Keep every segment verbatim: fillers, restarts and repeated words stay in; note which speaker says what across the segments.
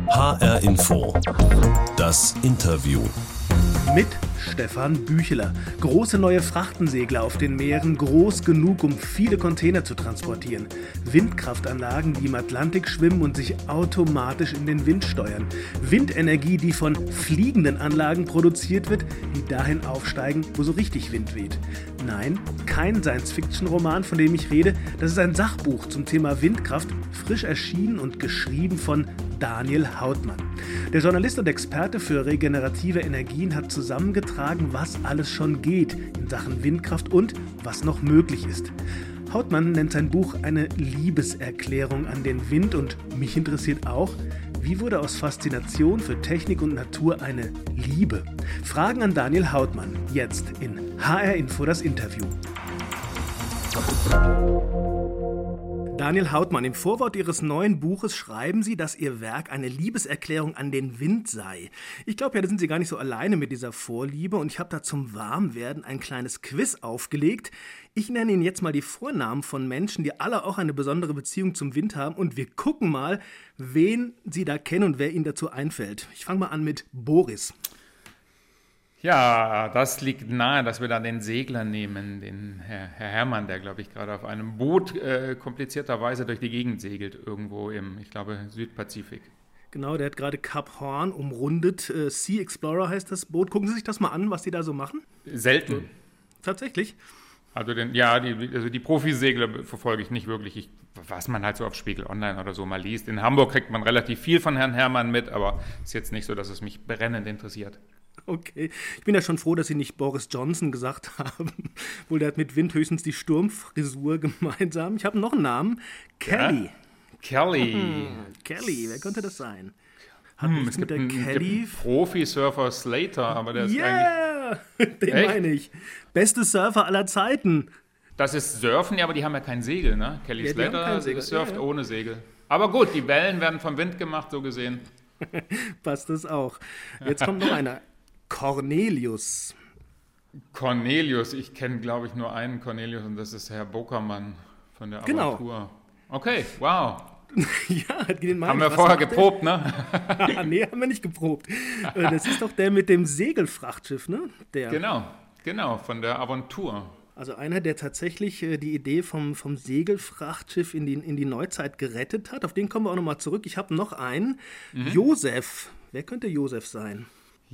Speaker 1: H R Info. Das Interview.
Speaker 2: Mit Stefan Bücheler. Große neue Frachtensegler auf den Meeren, groß genug, um viele Container zu transportieren. Windkraftanlagen, die im Atlantik schwimmen und sich automatisch in den Wind steuern. Windenergie, die von fliegenden Anlagen produziert wird, die dahin aufsteigen, wo so richtig Wind weht. Nein, kein Science-Fiction-Roman, von dem ich rede. Das ist ein Sachbuch zum Thema Windkraft, frisch erschienen und geschrieben von Daniel Hautmann. Der Journalist und Experte für regenerative Energien hat zusammengetragen, was alles schon geht in Sachen Windkraft und was noch möglich ist. Hautmann nennt sein Buch eine Liebeserklärung an den Wind und mich interessiert auch, wie wurde aus Faszination für Technik und Natur eine Liebe? Fragen an Daniel Hautmann, jetzt in H R Info das Interview. Daniel Hautmann, im Vorwort Ihres neuen Buches schreiben Sie, dass Ihr Werk eine Liebeserklärung an den Wind sei. Ich glaube ja, da sind Sie gar nicht so alleine mit dieser Vorliebe und ich habe da zum Warmwerden ein kleines Quiz aufgelegt. Ich nenne Ihnen jetzt mal die Vornamen von Menschen, die alle auch eine besondere Beziehung zum Wind haben und wir gucken mal, wen Sie da kennen und wer Ihnen dazu einfällt. Ich fange mal an mit Boris.
Speaker 3: Ja, das liegt nahe, dass wir da den Segler nehmen, den Herr, Herr Herrmann, der, glaube ich, gerade auf einem Boot äh, komplizierterweise durch die Gegend segelt, irgendwo im, ich glaube, Südpazifik.
Speaker 2: Genau, der hat gerade Kap Horn umrundet. Äh, Sea Explorer heißt das Boot. Gucken Sie sich das mal an, was die da so machen.
Speaker 3: Selten. So,
Speaker 2: tatsächlich?
Speaker 3: Also, den, ja, die, also die Profisegler verfolge ich nicht wirklich, ich, was man halt so auf Spiegel Online oder so mal liest. In Hamburg kriegt man relativ viel von Herrn Herrmann mit, aber es ist jetzt nicht so, dass es mich brennend interessiert.
Speaker 2: Okay, ich bin ja schon froh, dass Sie nicht Boris Johnson gesagt haben. Wohl, der hat mit Wind höchstens die Sturmfrisur gemeinsam. Ich habe noch einen Namen. Kelly.
Speaker 3: Ja? Kelly.
Speaker 2: Hm, Kelly, wer könnte das sein? Hat
Speaker 3: hm, es
Speaker 2: mit
Speaker 3: gibt
Speaker 2: der
Speaker 3: einen,
Speaker 2: Kelly...
Speaker 3: einen Profi-Surfer Slater, aber der ist
Speaker 2: yeah,
Speaker 3: eigentlich...
Speaker 2: den
Speaker 3: Echt?
Speaker 2: meine ich. Beste Surfer aller Zeiten.
Speaker 3: Das ist Surfen, ja, aber die haben ja kein Segel, ne? Kelly
Speaker 2: Ja, die haben
Speaker 3: Slater
Speaker 2: kein Segel.
Speaker 3: surft
Speaker 2: Ja, ja.
Speaker 3: ohne Segel. Aber gut, die Wellen werden vom Wind gemacht, so gesehen.
Speaker 2: Passt das auch. Jetzt kommt noch einer. Cornelius.
Speaker 3: Cornelius, ich kenne, glaube ich, nur einen Cornelius und das ist Herr Bokermann von der
Speaker 2: Genau.
Speaker 3: Agentur. Okay, wow.
Speaker 2: Ja, den meine
Speaker 3: Haben
Speaker 2: ich.
Speaker 3: wir
Speaker 2: Was
Speaker 3: vorher
Speaker 2: macht der?
Speaker 3: geprobt, ne?
Speaker 2: Nee, haben wir nicht geprobt. Äh, Das ist doch der mit dem Segelfrachtschiff, ne? Der.
Speaker 3: Genau, genau, von der Aventur.
Speaker 2: Also einer, der tatsächlich äh, die Idee vom, vom Segelfrachtschiff in die, in die Neuzeit gerettet hat. Auf den kommen wir auch nochmal zurück. Ich habe noch einen. Mhm. Josef. Wer könnte Josef sein?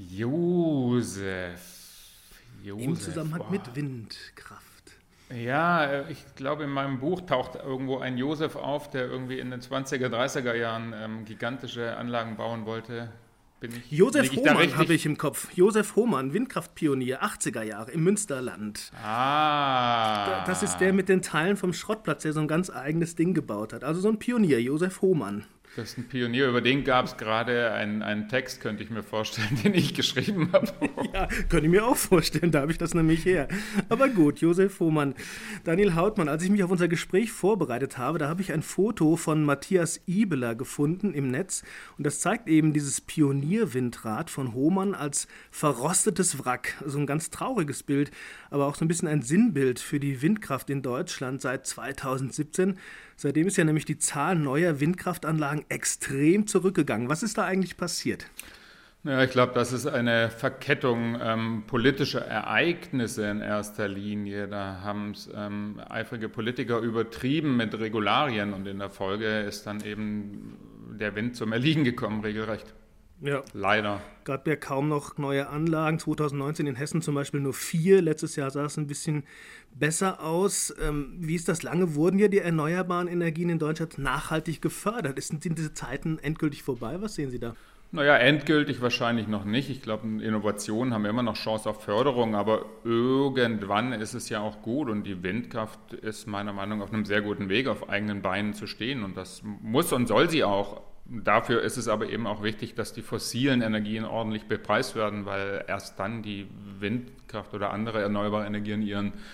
Speaker 3: Josef. Josef.
Speaker 2: Im Zusammenhang
Speaker 3: Boah.
Speaker 2: mit Windkraft.
Speaker 3: Ja, ich glaube, in meinem Buch taucht irgendwo ein Josef auf, der irgendwie in den zwanziger, dreißiger Jahren ähm, gigantische Anlagen bauen wollte. Bin ich,
Speaker 2: Josef
Speaker 3: lieg ich da
Speaker 2: Hohmann
Speaker 3: richtig?
Speaker 2: habe ich im Kopf. Josef Hohmann, Windkraftpionier, achtziger Jahre im Münsterland.
Speaker 3: Ah.
Speaker 2: Das ist der mit den Teilen vom Schrottplatz, der so ein ganz eigenes Ding gebaut hat. Also so ein Pionier, Josef Hohmann.
Speaker 3: Das ist ein Pionier, über den gab es gerade einen, einen Text, könnte ich mir vorstellen, den ich geschrieben habe.
Speaker 2: Ja, könnte ich mir auch vorstellen, da habe ich das nämlich her. Aber gut, Josef Hohmann. Daniel Hautmann, als ich mich auf unser Gespräch vorbereitet habe, da habe ich ein Foto von Matthias Ibeler gefunden im Netz und das zeigt eben dieses Pionierwindrad von Hohmann als verrostetes Wrack. So ein ganz trauriges Bild, aber auch so ein bisschen ein Sinnbild für die Windkraft in Deutschland seit zweitausendsiebzehn. Seitdem ist ja nämlich die Zahl neuer Windkraftanlagen extrem zurückgegangen. Was ist da eigentlich passiert?
Speaker 3: Ja, ich glaube, das ist eine Verkettung ähm, politischer Ereignisse in erster Linie. Da haben es ähm, eifrige Politiker übertrieben mit Regularien und in der Folge ist dann eben der Wind zum Erliegen gekommen, regelrecht.
Speaker 2: Ja.
Speaker 3: Leider.
Speaker 2: Gab ja kaum noch neue Anlagen. zweitausendneunzehn in Hessen zum Beispiel nur vier. Letztes Jahr sah es ein bisschen besser aus. Ähm, wie ist das? Lange wurden ja die erneuerbaren Energien in Deutschland nachhaltig gefördert. Sind diese Zeiten endgültig vorbei? Was sehen Sie da?
Speaker 3: Naja, endgültig wahrscheinlich noch nicht. Ich glaube, Innovationen haben immer noch Chance auf Förderung, aber irgendwann ist es ja auch gut und die Windkraft ist meiner Meinung nach auf einem sehr guten Weg, auf eigenen Beinen zu stehen und das muss und soll sie auch. Dafür ist es aber eben auch wichtig, dass die fossilen Energien ordentlich bepreist werden, weil erst dann die Windkraft oder andere erneuerbare Energien ihren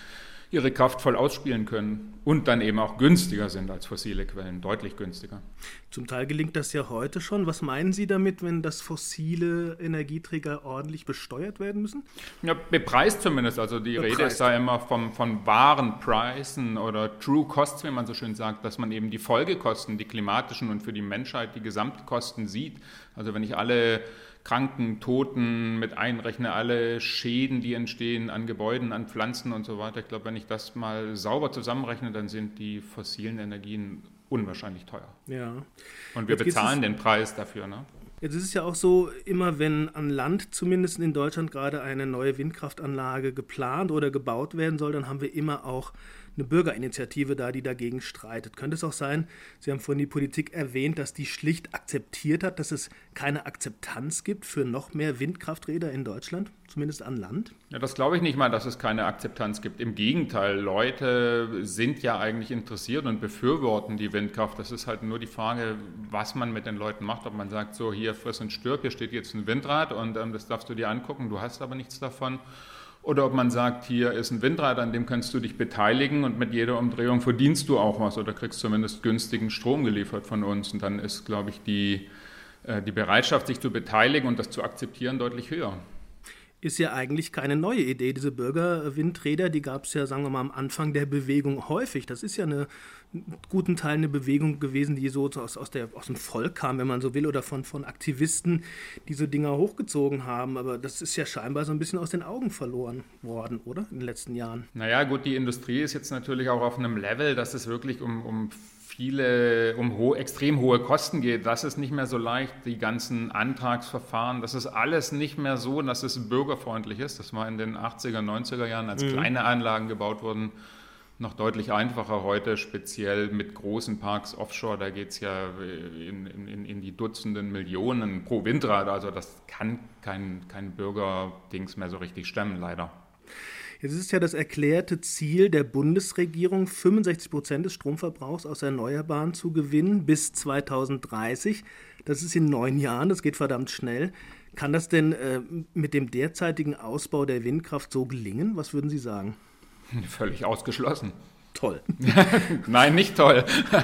Speaker 3: ihre Kraft voll ausspielen können und dann eben auch günstiger sind als fossile Quellen, deutlich günstiger.
Speaker 2: Zum Teil gelingt das ja heute schon. Was meinen Sie damit, wenn das fossile Energieträger ordentlich besteuert werden müssen?
Speaker 3: Ja, bepreist zumindest. Also die
Speaker 2: Bepreist.
Speaker 3: Rede ist da immer vom, von wahren Preisen oder True Costs, wie man so schön sagt, dass man eben die Folgekosten, die klimatischen und für die Menschheit die Gesamtkosten sieht. Also wenn ich alle Kranken, Toten mit einrechne, alle Schäden, die entstehen an Gebäuden, an Pflanzen und so weiter. Ich glaube, wenn ich das mal sauber zusammenrechne, dann sind die fossilen Energien unwahrscheinlich teuer.
Speaker 2: Ja.
Speaker 3: Und wir
Speaker 2: Jetzt
Speaker 3: bezahlen den Preis dafür, ne?
Speaker 2: Jetzt ist es ja auch so, immer wenn an Land, zumindest in Deutschland, gerade eine neue Windkraftanlage geplant oder gebaut werden soll, dann haben wir immer auch eine Bürgerinitiative da, die dagegen streitet. Könnte es auch sein, Sie haben vorhin die Politik erwähnt, dass die schlicht akzeptiert hat, dass es keine Akzeptanz gibt für noch mehr Windkrafträder in Deutschland, zumindest an Land?
Speaker 3: Ja, das glaube ich nicht mal, dass es keine Akzeptanz gibt. Im Gegenteil, Leute sind ja eigentlich interessiert und befürworten die Windkraft. Das ist halt nur die Frage, was man mit den Leuten macht. Ob man sagt, so hier friss und stirb, hier steht jetzt ein Windrad und ähm, das darfst du dir angucken, du hast aber nichts davon. Oder ob man sagt, hier ist ein Windrad, an dem kannst du dich beteiligen und mit jeder Umdrehung verdienst du auch was oder kriegst zumindest günstigen Strom geliefert von uns. Und dann ist, glaube ich, die, äh, die Bereitschaft, sich zu beteiligen und das zu akzeptieren, deutlich höher.
Speaker 2: Ist ja eigentlich keine neue Idee. Diese Bürgerwindräder, die gab es ja, sagen wir mal, am Anfang der Bewegung häufig. Das ist ja eine, einen guten Teil eine Bewegung gewesen, die so aus, aus, der, aus dem Volk kam, wenn man so will, oder von, von Aktivisten, die so Dinger hochgezogen haben. Aber das ist ja scheinbar so ein bisschen aus den Augen verloren worden, oder? In den letzten Jahren.
Speaker 3: Naja, gut, die Industrie ist jetzt natürlich auch auf einem Level, dass es wirklich um, um viele, um ho- extrem hohe Kosten geht. Das ist nicht mehr so leicht, die ganzen Antragsverfahren, das ist alles nicht mehr so, dass es bürgerfreundlich ist. Das war in den achtziger, neunziger Jahren, als mhm. kleine Anlagen gebaut wurden, noch deutlich einfacher. Heute speziell mit großen Parks offshore, da geht es ja in, in, in die Dutzenden Millionen pro Windrad. Also das kann kein, kein Bürgerdings mehr so richtig stemmen, leider.
Speaker 2: Jetzt ist ja das erklärte Ziel der Bundesregierung, fünfundsechzig Prozent des Stromverbrauchs aus Erneuerbaren zu gewinnen bis zweitausenddreißig. Das ist in neun Jahren, das geht verdammt schnell. Kann das denn äh, mit dem derzeitigen Ausbau der Windkraft so gelingen? Was würden Sie sagen?
Speaker 3: Völlig ausgeschlossen.
Speaker 2: Toll.
Speaker 3: Nein, nicht toll.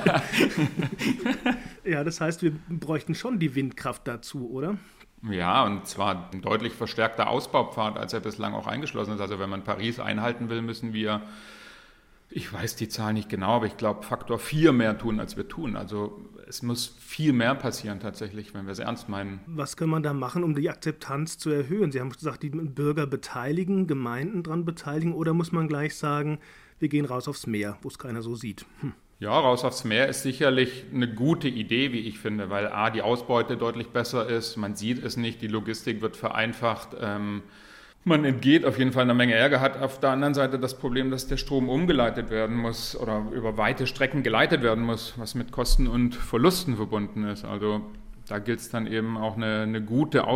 Speaker 2: Ja, das heißt, wir bräuchten schon die Windkraft dazu, oder?
Speaker 3: Ja, und zwar ein deutlich verstärkter Ausbaupfad, als er bislang auch eingeschlossen ist. Also wenn man Paris einhalten will, müssen wir, ich weiß die Zahl nicht genau, aber ich glaube Faktor vier mehr tun, als wir tun. Also es muss viel mehr passieren tatsächlich, wenn wir es ernst meinen.
Speaker 2: Was kann man da machen, um die Akzeptanz zu erhöhen? Sie haben gesagt, die Bürger beteiligen, Gemeinden dran beteiligen, oder muss man gleich sagen, wir gehen raus aufs Meer, wo es keiner so sieht? Hm.
Speaker 3: Ja, raus aufs Meer ist sicherlich eine gute Idee, wie ich finde, weil A, die Ausbeute deutlich besser ist, man sieht es nicht, die Logistik wird vereinfacht, ähm, man entgeht auf jeden Fall einer Menge Ärger, hat auf der anderen Seite das Problem, dass der Strom umgeleitet werden muss oder über weite Strecken geleitet werden muss, was mit Kosten und Verlusten verbunden ist. Also da gilt es dann eben auch eine, eine gute,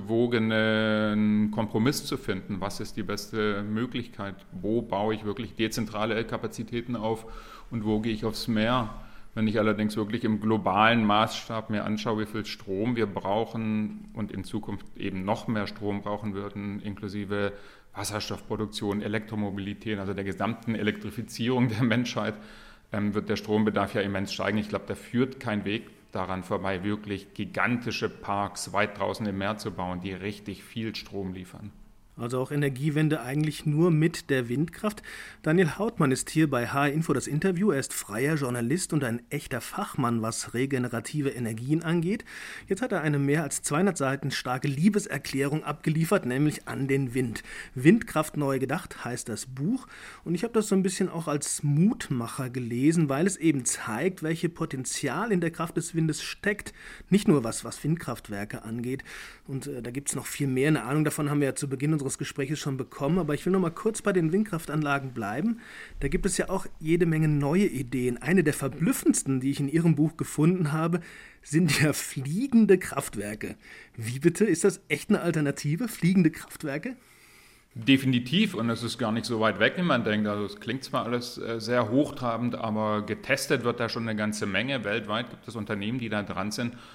Speaker 3: ausgewogene Kompromiss zu finden. Was ist die beste Möglichkeit? Wo baue ich wirklich dezentrale Kapazitäten auf und wo gehe ich aufs Meer? Wenn ich allerdings wirklich im globalen Maßstab mir anschaue, wie viel Strom wir brauchen und in Zukunft eben noch mehr Strom brauchen würden, inklusive Wasserstoffproduktion, Elektromobilität, also der gesamten Elektrifizierung der Menschheit, ähm, wird der Strombedarf ja immens steigen. Ich glaube, da führt kein Weg daran vorbei, wirklich gigantische Parks weit draußen im Meer zu bauen, die richtig viel Strom liefern.
Speaker 2: Also auch Energiewende eigentlich nur mit der Windkraft. Daniel Hautmann ist hier bei H R Info das Interview. Er ist freier Journalist und ein echter Fachmann, was regenerative Energien angeht. Jetzt hat er eine mehr als zweihundert Seiten starke Liebeserklärung abgeliefert, nämlich an den Wind. Windkraft neu gedacht heißt das Buch. Und ich habe das so ein bisschen auch als Mutmacher gelesen, weil es eben zeigt, welche Potenzial in der Kraft des Windes steckt. Nicht nur was, was Windkraftwerke angeht. Und äh, da gibt es noch viel mehr. Eine Ahnung davon haben wir ja zu Beginn unseres Gesprächs schon bekommen, aber ich will noch mal kurz bei den Windkraftanlagen bleiben. Da gibt es ja auch jede Menge neue Ideen. Eine der verblüffendsten, die ich in Ihrem Buch gefunden habe, sind ja fliegende Kraftwerke. Wie bitte? Ist das echt eine Alternative? Fliegende Kraftwerke?
Speaker 3: Definitiv, und es ist gar nicht so weit weg, wie man denkt. Also es klingt zwar alles sehr hochtrabend, aber getestet wird da schon eine ganze Menge. Weltweit gibt es Unternehmen, die da dran sind.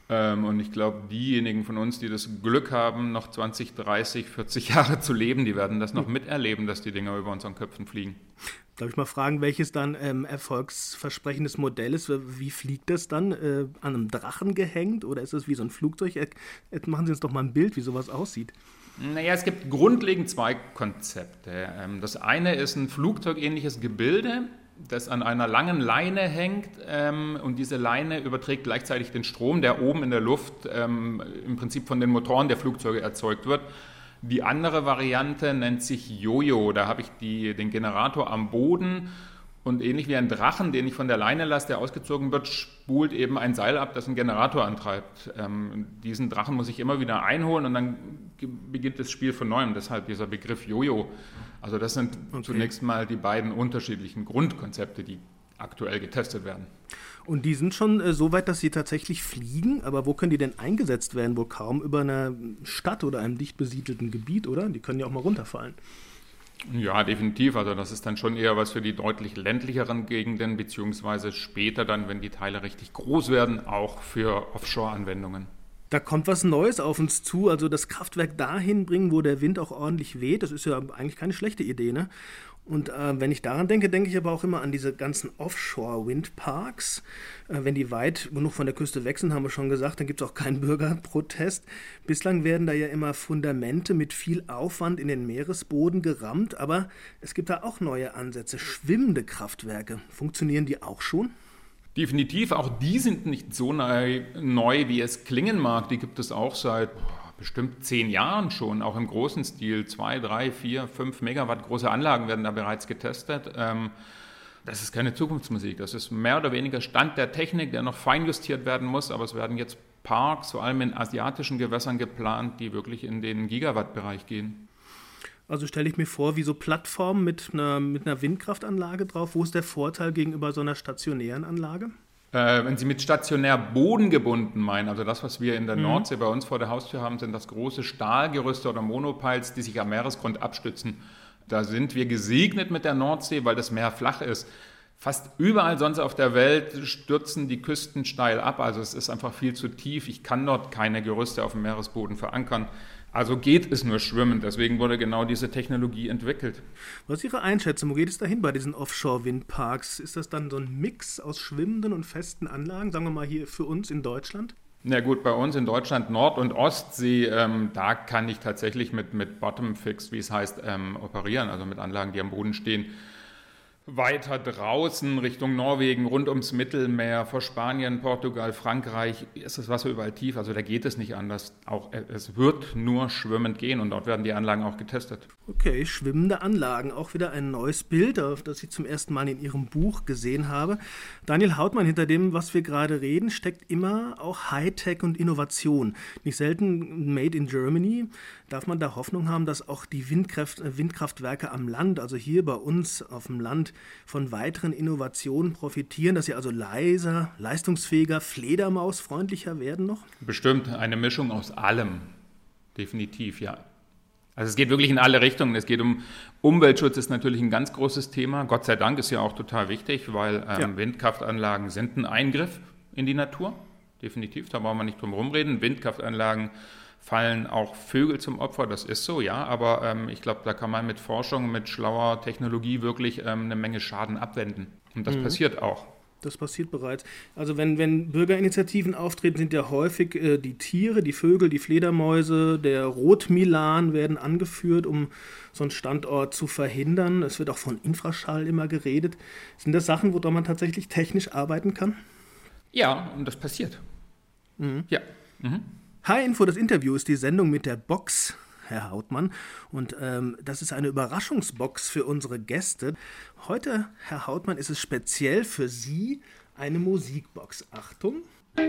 Speaker 3: Und ich glaube, diejenigen von uns, die das Glück haben, noch zwanzig, dreißig, vierzig Jahre zu leben, die werden das noch miterleben, dass die Dinger über unseren Köpfen fliegen.
Speaker 2: Darf ich mal fragen, welches dann ähm, erfolgsversprechendes Modell ist? Wie fliegt das dann? Äh, an einem Drachen gehängt oder ist das wie so ein Flugzeug? Jetzt machen Sie uns doch mal ein Bild, wie sowas aussieht.
Speaker 3: Naja, es gibt grundlegend zwei Konzepte. Das eine ist ein flugzeugähnliches Gebilde, das an einer langen Leine hängt ähm, und diese Leine überträgt gleichzeitig den Strom, der oben in der Luft ähm, im Prinzip von den Motoren der Flugzeuge erzeugt wird. Die andere Variante nennt sich Jojo. Da habe ich die, den Generator am Boden und ähnlich wie ein Drachen, den ich von der Leine lasse, der ausgezogen wird, spult eben ein Seil ab, das einen Generator antreibt. Ähm, diesen Drachen muss ich immer wieder einholen und dann beginnt das Spiel von neuem. Deshalb dieser Begriff Jojo. Also das sind okay. Zunächst mal die beiden unterschiedlichen Grundkonzepte, die aktuell getestet werden.
Speaker 2: Und die sind schon äh, so weit, dass sie tatsächlich fliegen, aber wo können die denn eingesetzt werden? Wohl kaum über einer Stadt oder einem dicht besiedelten Gebiet, oder? Die können ja auch mal runterfallen.
Speaker 3: Ja, definitiv. Also das ist dann schon eher was für die deutlich ländlicheren Gegenden, beziehungsweise später dann, wenn die Teile richtig groß werden, auch für Offshore-Anwendungen.
Speaker 2: Da kommt was Neues auf uns zu, also das Kraftwerk dahin bringen, wo der Wind auch ordentlich weht, das ist ja eigentlich keine schlechte Idee, ne? Und äh, wenn ich daran denke, denke ich aber auch immer an diese ganzen Offshore-Windparks. Äh, wenn die weit genug von der Küste weg sind, haben wir schon gesagt, dann gibt es auch keinen Bürgerprotest. Bislang werden da ja immer Fundamente mit viel Aufwand in den Meeresboden gerammt, aber es gibt da auch neue Ansätze, schwimmende Kraftwerke. Funktionieren die auch schon?
Speaker 3: Definitiv, auch die sind nicht so neu, neu, wie es klingen mag. Die gibt es auch seit boah, bestimmt zehn Jahren schon, auch im großen Stil. Zwei, drei, vier, fünf Megawatt große Anlagen werden da bereits getestet. Ähm, das ist keine Zukunftsmusik. Das ist mehr oder weniger Stand der Technik, der noch feinjustiert werden muss. Aber es werden jetzt Parks, vor allem in asiatischen Gewässern geplant, die wirklich in den Gigawatt-Bereich gehen.
Speaker 2: Also stelle ich mir vor, wie so Plattformen mit einer, mit einer Windkraftanlage drauf. Wo ist der Vorteil gegenüber so einer stationären Anlage?
Speaker 3: Äh, wenn Sie mit stationär bodengebunden meinen, also das, was wir in der mhm. Nordsee bei uns vor der Haustür haben, sind das große Stahlgerüste oder Monopiles, die sich am Meeresgrund abstützen. Da sind wir gesegnet mit der Nordsee, weil das Meer flach ist. Fast überall sonst auf der Welt stürzen die Küsten steil ab, also es ist einfach viel zu tief. Ich kann dort keine Gerüste auf dem Meeresboden verankern. Also geht es nur schwimmen, deswegen wurde genau diese Technologie entwickelt.
Speaker 2: Was ist Ihre Einschätzung? Wo geht es dahin bei diesen Offshore-Windparks? Ist das dann so ein Mix aus schwimmenden und festen Anlagen, sagen wir mal hier für uns in Deutschland?
Speaker 3: Na gut, bei uns in Deutschland Nord- und Ostsee, ähm, da kann ich tatsächlich mit, mit Bottom-Fixed, wie es heißt, ähm, operieren, also mit Anlagen, die am Boden stehen. Weiter draußen Richtung Norwegen, rund ums Mittelmeer, vor Spanien, Portugal, Frankreich ist das Wasser überall tief, also da geht es nicht anders. Auch es wird nur schwimmend gehen und dort werden die Anlagen auch getestet.
Speaker 2: Okay, schwimmende Anlagen, auch wieder ein neues Bild, auf das ich zum ersten Mal in Ihrem Buch gesehen habe. Daniel Hautmann, hinter dem, was wir gerade reden, steckt immer auch Hightech und Innovation. Nicht selten made in Germany. Darf man da Hoffnung haben, dass auch die Windkraft, Windkraftwerke am Land, also hier bei uns auf dem Land, von weiteren Innovationen profitieren, dass sie also leiser, leistungsfähiger, fledermausfreundlicher werden noch?
Speaker 3: Bestimmt, eine Mischung aus allem. Definitiv, ja. Also es geht wirklich in alle Richtungen. Es geht um Umweltschutz, ist natürlich ein ganz großes Thema. Gott sei Dank ist ja auch total wichtig, weil ähm, ja. Windkraftanlagen sind ein Eingriff in die Natur. Definitiv, da brauchen wir nicht drum rumreden. Windkraftanlagen fallen auch Vögel zum Opfer, das ist so, ja, aber ähm, ich glaube, da kann man mit Forschung, mit schlauer Technologie wirklich ähm, eine Menge Schaden abwenden. Und das mhm. passiert auch.
Speaker 2: Das passiert bereits. Also wenn, wenn Bürgerinitiativen auftreten, sind ja häufig äh, die Tiere, die Vögel, die Fledermäuse, der Rotmilan werden angeführt, um so einen Standort zu verhindern. Es wird auch von Infraschall immer geredet. Sind das Sachen, woran man tatsächlich technisch arbeiten kann?
Speaker 3: Ja, und das passiert. Mhm. Ja. Mhm.
Speaker 2: H-Info, das Interview ist die Sendung mit der Box, Herr Hautmann. Und ähm, das ist eine Überraschungsbox für unsere Gäste. Heute, Herr Hautmann, ist es speziell für Sie eine Musikbox. Achtung. If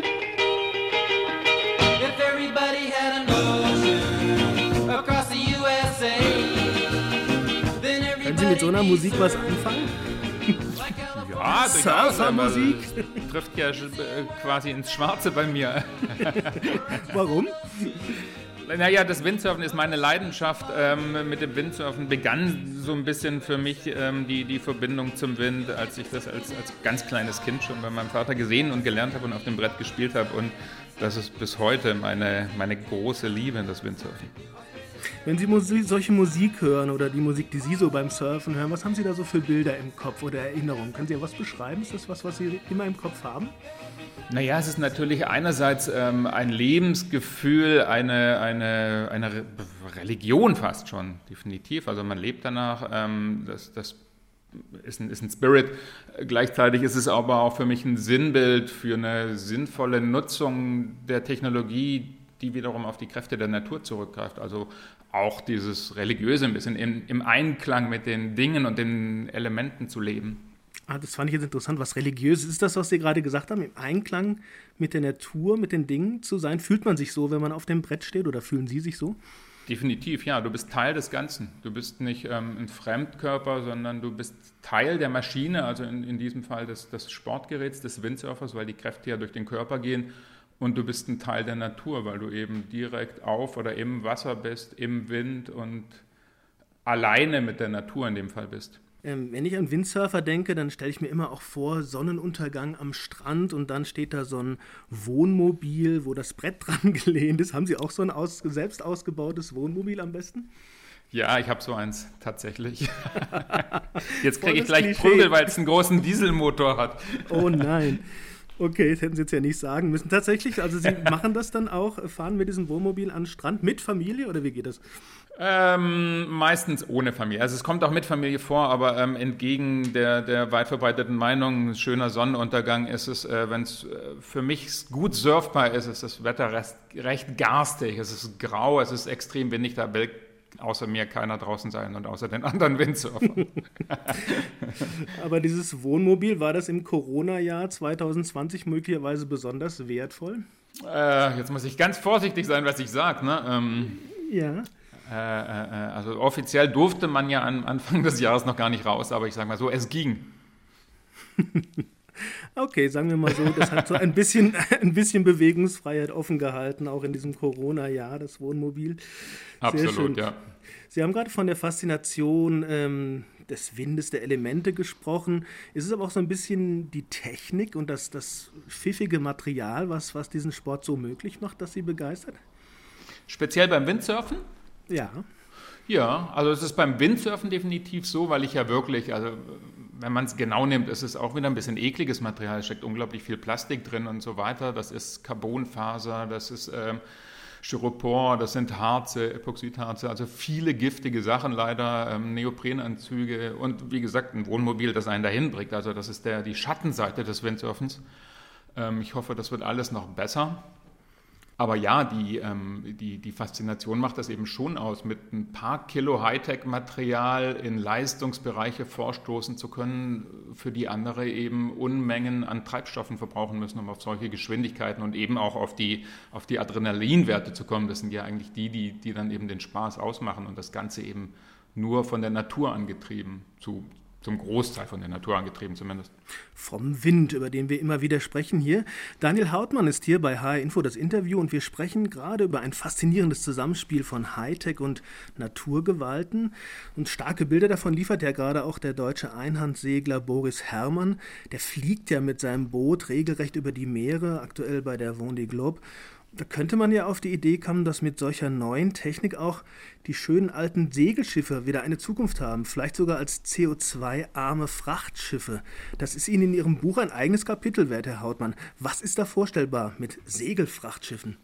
Speaker 2: everybody had an ocean across the U S A, then everybody Können Sie mit so einer Musik was anfangen?
Speaker 3: Ja, Surfermusik trifft ja quasi ins Schwarze bei mir.
Speaker 2: Warum?
Speaker 3: Naja, das Windsurfen ist meine Leidenschaft. Ähm, mit dem Windsurfen begann so ein bisschen für mich ähm, die, die Verbindung zum Wind, als ich das als, als ganz kleines Kind schon bei meinem Vater gesehen und gelernt habe und auf dem Brett gespielt habe. Und das ist bis heute meine, meine große Liebe, das Windsurfen.
Speaker 2: Wenn Sie Musik, solche Musik hören oder die Musik, die Sie so beim Surfen hören, was haben Sie da so für Bilder im Kopf oder Erinnerungen? Können Sie ja was beschreiben? Ist das was, was Sie immer im Kopf haben?
Speaker 3: Naja, es ist natürlich einerseits ähm, ein Lebensgefühl, eine, eine, eine Re- Religion fast schon, definitiv. Also man lebt danach, ähm, das, das ist ein, ist ein Spirit. Gleichzeitig ist es aber auch für mich ein Sinnbild für eine sinnvolle Nutzung der Technologie, die wiederum auf die Kräfte der Natur zurückgreift. Also auch dieses Religiöse ein bisschen im, im Einklang mit den Dingen und den Elementen zu leben.
Speaker 2: Ah, das fand ich jetzt interessant. Was religiös ist das, was Sie gerade gesagt haben? Im Einklang mit der Natur, mit den Dingen zu sein? Fühlt man sich so, wenn man auf dem Brett steht, oder fühlen Sie sich so?
Speaker 3: Definitiv, ja. Du bist Teil des Ganzen. Du bist nicht ähm, ein Fremdkörper, sondern du bist Teil der Maschine, also in, in diesem Fall des, des Sportgeräts, des Windsurfers, weil die Kräfte ja durch den Körper gehen. Und du bist ein Teil der Natur, weil du eben direkt auf oder im Wasser bist, im Wind und alleine mit der Natur in dem Fall bist.
Speaker 2: Ähm, wenn ich an Windsurfer denke, dann stelle ich mir immer auch vor, Sonnenuntergang am Strand und dann steht da so ein Wohnmobil, wo das Brett dran gelehnt ist. Haben Sie auch so ein aus, selbst ausgebautes Wohnmobil am besten?
Speaker 3: Ja, ich habe so eins tatsächlich. Jetzt kriege ich
Speaker 2: Volles
Speaker 3: gleich
Speaker 2: Klischee.
Speaker 3: Prügel, weil es einen großen Dieselmotor hat.
Speaker 2: Oh nein. Okay, das hätten Sie jetzt ja nicht sagen müssen. Tatsächlich, also Sie machen das dann auch, fahren mit diesem Wohnmobil an den Strand mit Familie oder wie geht das?
Speaker 3: Ähm, meistens ohne Familie. Also es kommt auch mit Familie vor, aber ähm, entgegen der, der weit verbreiteten Meinung, schöner Sonnenuntergang ist es, äh, wenn es äh, für mich gut surfbar ist, ist das Wetter recht, recht garstig. Es ist grau, es ist extrem windig, da will außer mir keiner draußen sein und außer den anderen Windsurfern.
Speaker 2: Aber dieses Wohnmobil, war das im Corona-Jahr zwanzig zwanzig möglicherweise besonders wertvoll?
Speaker 3: Äh, jetzt muss ich ganz vorsichtig sein, was ich sage. Ne? Ähm,
Speaker 2: Ja.
Speaker 3: äh, äh, also offiziell durfte man ja am Anfang des Jahres noch gar nicht raus, aber ich sage mal so, es ging.
Speaker 2: Okay, sagen wir mal so, das hat so ein bisschen, ein bisschen Bewegungsfreiheit offen gehalten, auch in diesem Corona-Jahr, das Wohnmobil. Sehr
Speaker 3: Absolut,
Speaker 2: schön.
Speaker 3: ja.
Speaker 2: Sie haben gerade von der Faszination ähm, des Windes, der Elemente gesprochen. Ist es aber auch so ein bisschen die Technik und das, das pfiffige Material, was, was diesen Sport so möglich macht, dass Sie begeistert?
Speaker 3: Speziell beim Windsurfen?
Speaker 2: Ja.
Speaker 3: Ja, also es ist beim Windsurfen definitiv so, weil ich ja wirklich, also wenn man es genau nimmt, ist es auch wieder ein bisschen ekliges Material, es steckt unglaublich viel Plastik drin und so weiter. Das ist Carbonfaser, das ist ähm, Styropor, das sind Harze, Epoxidharze, also viele giftige Sachen leider, ähm, Neoprenanzüge und wie gesagt ein Wohnmobil, das einen dahin bringt. Also das ist der, die Schattenseite des Windsurfens. Ähm, ich hoffe, das wird alles noch besser. Aber ja, die, ähm, die, die Faszination macht das eben schon aus, mit ein paar Kilo Hightech-Material in Leistungsbereiche vorstoßen zu können, für die andere eben Unmengen an Treibstoffen verbrauchen müssen, um auf solche Geschwindigkeiten und eben auch auf die, auf die Adrenalinwerte zu kommen. Das sind ja eigentlich die, die, die dann eben den Spaß ausmachen und das Ganze eben nur von der Natur angetrieben zu Zum Großteil von der Natur angetrieben zumindest.
Speaker 2: Vom Wind, über den wir immer wieder sprechen hier. Daniel Hautmann ist hier bei H R Info das Interview und wir sprechen gerade über ein faszinierendes Zusammenspiel von Hightech und Naturgewalten. Und starke Bilder davon liefert ja gerade auch der deutsche Einhandsegler Boris Herrmann. Der fliegt ja mit seinem Boot regelrecht über die Meere, aktuell bei der Vendée Globe. Da könnte man ja auf die Idee kommen, dass mit solcher neuen Technik auch die schönen alten Segelschiffe wieder eine Zukunft haben, vielleicht sogar als C O zwei arme Frachtschiffe. Das ist Ihnen in Ihrem Buch ein eigenes Kapitel wert, Herr Hautmann. Was ist da vorstellbar mit Segelfrachtschiffen?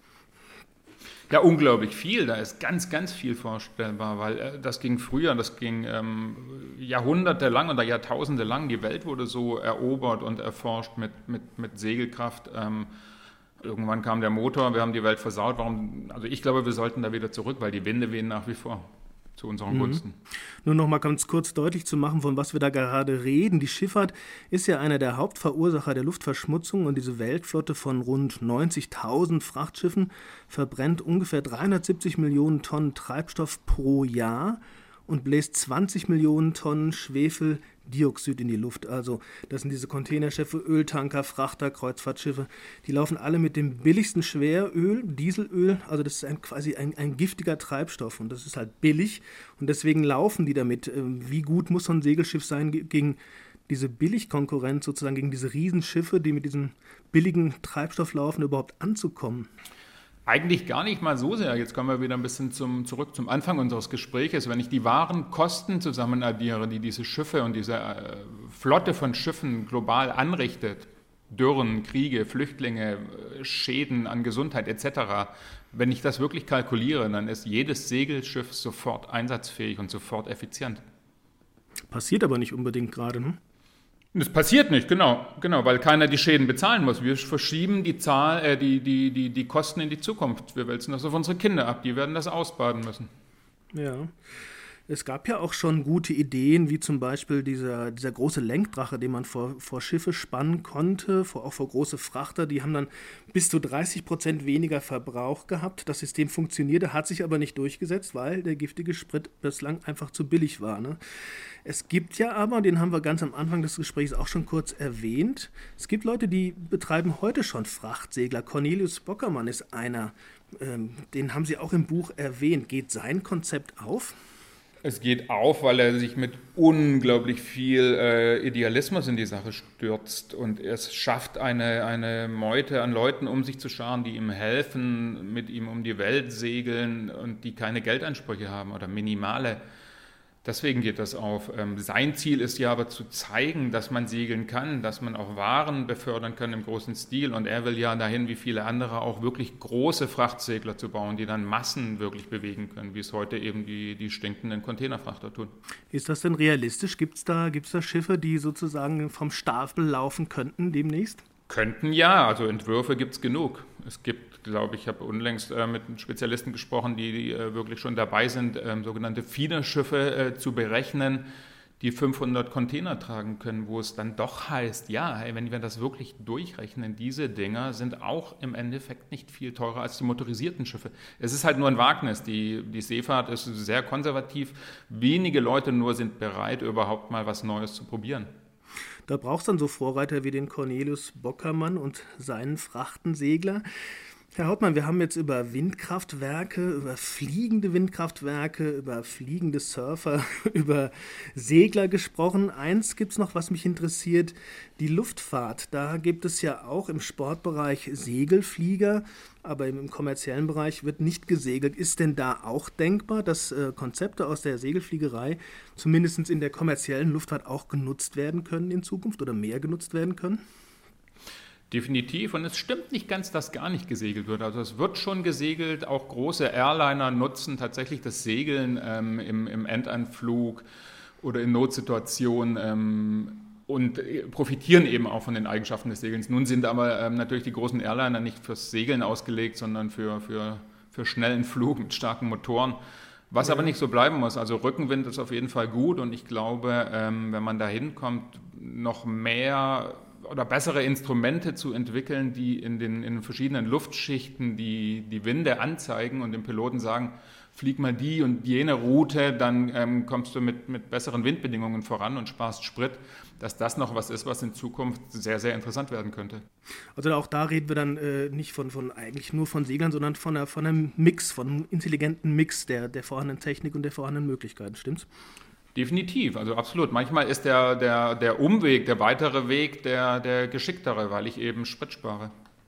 Speaker 3: Ja, unglaublich viel. Da ist ganz, ganz viel vorstellbar, weil äh, das ging früher, das ging ähm, jahrhundertelang oder Jahrtausende lang. Die Welt wurde so erobert und erforscht mit, mit, mit Segelkraft. Ähm, Irgendwann kam der Motor, wir haben die Welt versaut. Warum? Also ich glaube, wir sollten da wieder zurück, weil die Winde wehen nach wie vor zu unseren Gunsten.
Speaker 2: Mhm. Nur noch mal ganz kurz deutlich zu machen, von was wir da gerade reden. Die Schifffahrt ist ja einer der Hauptverursacher der Luftverschmutzung und diese Weltflotte von rund neunzigtausend Frachtschiffen verbrennt ungefähr dreihundertsiebzig Millionen Tonnen Treibstoff pro Jahr und bläst zwanzig Millionen Tonnen Schwefeldioxid in die Luft. Also das sind diese Containerschiffe, Öltanker, Frachter, Kreuzfahrtschiffe. Die laufen alle mit dem billigsten Schweröl, Dieselöl. Also das ist ein, quasi ein, ein giftiger Treibstoff und das ist halt billig. Und deswegen laufen die damit. Wie gut muss so ein Segelschiff sein gegen diese Billigkonkurrenz sozusagen gegen diese Riesenschiffe, die mit diesem billigen Treibstoff laufen, überhaupt anzukommen?
Speaker 3: Eigentlich gar nicht mal so sehr. Jetzt kommen wir wieder ein bisschen zum, zurück zum Anfang unseres Gesprächs. Wenn ich die wahren Kosten zusammen addiere, die diese Schiffe und diese äh, Flotte von Schiffen global anrichtet, Dürren, Kriege, Flüchtlinge, Schäden an Gesundheit et cetera, wenn ich das wirklich kalkuliere, dann ist jedes Segelschiff sofort einsatzfähig und sofort effizient.
Speaker 2: Passiert aber nicht unbedingt gerade, ne?
Speaker 3: Das passiert nicht, genau, genau, weil keiner die Schäden bezahlen muss. Wir verschieben die Zahl, äh, die, die, die, die Kosten in die Zukunft. Wir wälzen das auf unsere Kinder ab, die werden das ausbaden müssen.
Speaker 2: Ja. Es gab ja auch schon gute Ideen, wie zum Beispiel dieser, dieser große Lenkdrache, den man vor, vor Schiffe spannen konnte, vor, auch vor große Frachter. Die haben dann bis zu dreißig Prozent weniger Verbrauch gehabt. Das System funktionierte, hat sich aber nicht durchgesetzt, weil der giftige Sprit bislang einfach zu billig war, ne? Es gibt ja aber, den haben wir ganz am Anfang des Gesprächs auch schon kurz erwähnt, es gibt Leute, die betreiben heute schon Frachtsegler. Cornelius Bockermann ist einer, ähm, den haben Sie auch im Buch erwähnt. Geht sein Konzept auf?
Speaker 3: Es geht auf, weil er sich mit unglaublich viel äh, Idealismus in die Sache stürzt und es schafft, eine, eine Meute an Leuten um sich zu scharen, die ihm helfen, mit ihm um die Welt segeln und die keine Geldansprüche haben oder minimale. Deswegen geht das auf. Ähm, sein Ziel ist ja aber zu zeigen, dass man segeln kann, dass man auch Waren befördern kann im großen Stil. Und er will ja dahin, wie viele andere, auch wirklich große Frachtsegler zu bauen, die dann Massen wirklich bewegen können, wie es heute eben die, die stinkenden Containerfrachter tun.
Speaker 2: Ist das denn realistisch? Gibt es da, gibt's da Schiffe, die sozusagen vom Stapel laufen könnten demnächst?
Speaker 3: Könnten ja, also Entwürfe gibt es genug. Es gibt, glaube ich, ich habe unlängst äh, mit Spezialisten gesprochen, die, die äh, wirklich schon dabei sind, äh, sogenannte Feederschiffe äh, zu berechnen, die fünfhundert Container tragen können, wo es dann doch heißt, ja, hey, wenn wir das wirklich durchrechnen, diese Dinger sind auch im Endeffekt nicht viel teurer als die motorisierten Schiffe. Es ist halt nur ein Wagnis. Die, die Seefahrt ist sehr konservativ. Wenige Leute nur sind bereit, überhaupt mal was Neues zu probieren.
Speaker 2: Da braucht es dann so Vorreiter wie den Cornelius Bockermann und seinen Frachtensegler. Herr Hauptmann, wir haben jetzt über Windkraftwerke, über fliegende Windkraftwerke, über fliegende Surfer, über Segler gesprochen. Eins gibt es noch, was mich interessiert, die Luftfahrt. Da gibt es ja auch im Sportbereich Segelflieger, aber im kommerziellen Bereich wird nicht gesegelt. Ist denn da auch denkbar, dass äh, Konzepte aus der Segelfliegerei zumindest in der kommerziellen Luftfahrt auch genutzt werden können in Zukunft oder mehr genutzt werden können?
Speaker 3: Definitiv. Und es stimmt nicht ganz, dass gar nicht gesegelt wird. Also es wird schon gesegelt. Auch große Airliner nutzen tatsächlich das Segeln ähm, im, im Endanflug oder in Notsituationen ähm, und profitieren eben auch von den Eigenschaften des Segelns. Nun sind aber ähm, natürlich die großen Airliner nicht fürs Segeln ausgelegt, sondern für, für, für schnellen Flug mit starken Motoren. Was ja aber nicht so bleiben muss. Also Rückenwind ist auf jeden Fall gut und ich glaube, ähm, wenn man da hinkommt, noch mehr oder bessere Instrumente zu entwickeln, die in den, in den verschiedenen Luftschichten die, die Winde anzeigen und dem Piloten sagen, flieg mal die und jene Route, dann ähm, kommst du mit, mit besseren Windbedingungen voran und sparst Sprit, dass das noch was ist, was in Zukunft sehr, sehr interessant werden könnte.
Speaker 2: Also auch da reden wir dann äh, nicht von, von eigentlich nur von Seglern, sondern von, einer, von einem Mix, von einem intelligenten Mix der, der vorhandenen Technik und der vorhandenen Möglichkeiten, stimmt's?
Speaker 3: Definitiv, also absolut. Manchmal ist der, der, der Umweg, der weitere Weg der, der geschicktere, weil ich eben Sprit spare.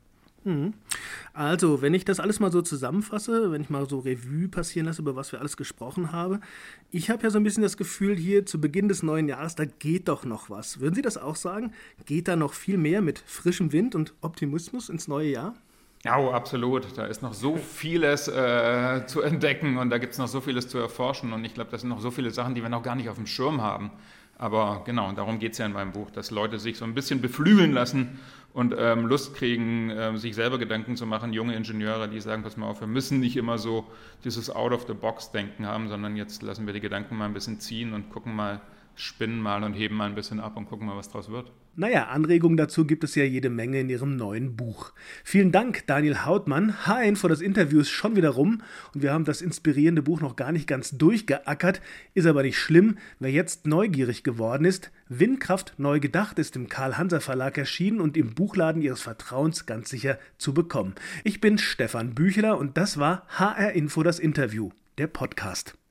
Speaker 2: Also, wenn ich das alles mal so zusammenfasse, wenn ich mal so Revue passieren lasse, über was wir alles gesprochen haben, ich habe ja so ein bisschen das Gefühl hier zu Beginn des neuen Jahres, da geht doch noch was. Würden Sie das auch sagen? Geht da noch viel mehr mit frischem Wind und Optimismus ins neue Jahr?
Speaker 3: Ja, oh, absolut. Da ist noch so vieles äh, zu entdecken und da gibt es noch so vieles zu erforschen und ich glaube, das sind noch so viele Sachen, die wir noch gar nicht auf dem Schirm haben. Aber genau, darum geht es ja in meinem Buch, dass Leute sich so ein bisschen beflügeln lassen und ähm, Lust kriegen, äh, sich selber Gedanken zu machen, junge Ingenieure, die sagen, pass mal auf, wir müssen nicht immer so dieses Out-of-the-Box-Denken haben, sondern jetzt lassen wir die Gedanken mal ein bisschen ziehen und gucken mal, spinnen mal und heben mal ein bisschen ab und gucken mal, was draus wird.
Speaker 2: Naja, Anregungen dazu gibt es ja jede Menge in Ihrem neuen Buch. Vielen Dank, Daniel Hauptmann. H N vor das Interview ist schon wieder rum und wir haben das inspirierende Buch noch gar nicht ganz durchgeackert. Ist aber nicht schlimm, wer jetzt neugierig geworden ist. Windkraft neu gedacht ist im Karl-Hanser-Verlag erschienen und im Buchladen Ihres Vertrauens ganz sicher zu bekommen. Ich bin Stefan Bücheler und das war H R Info das Interview, der Podcast.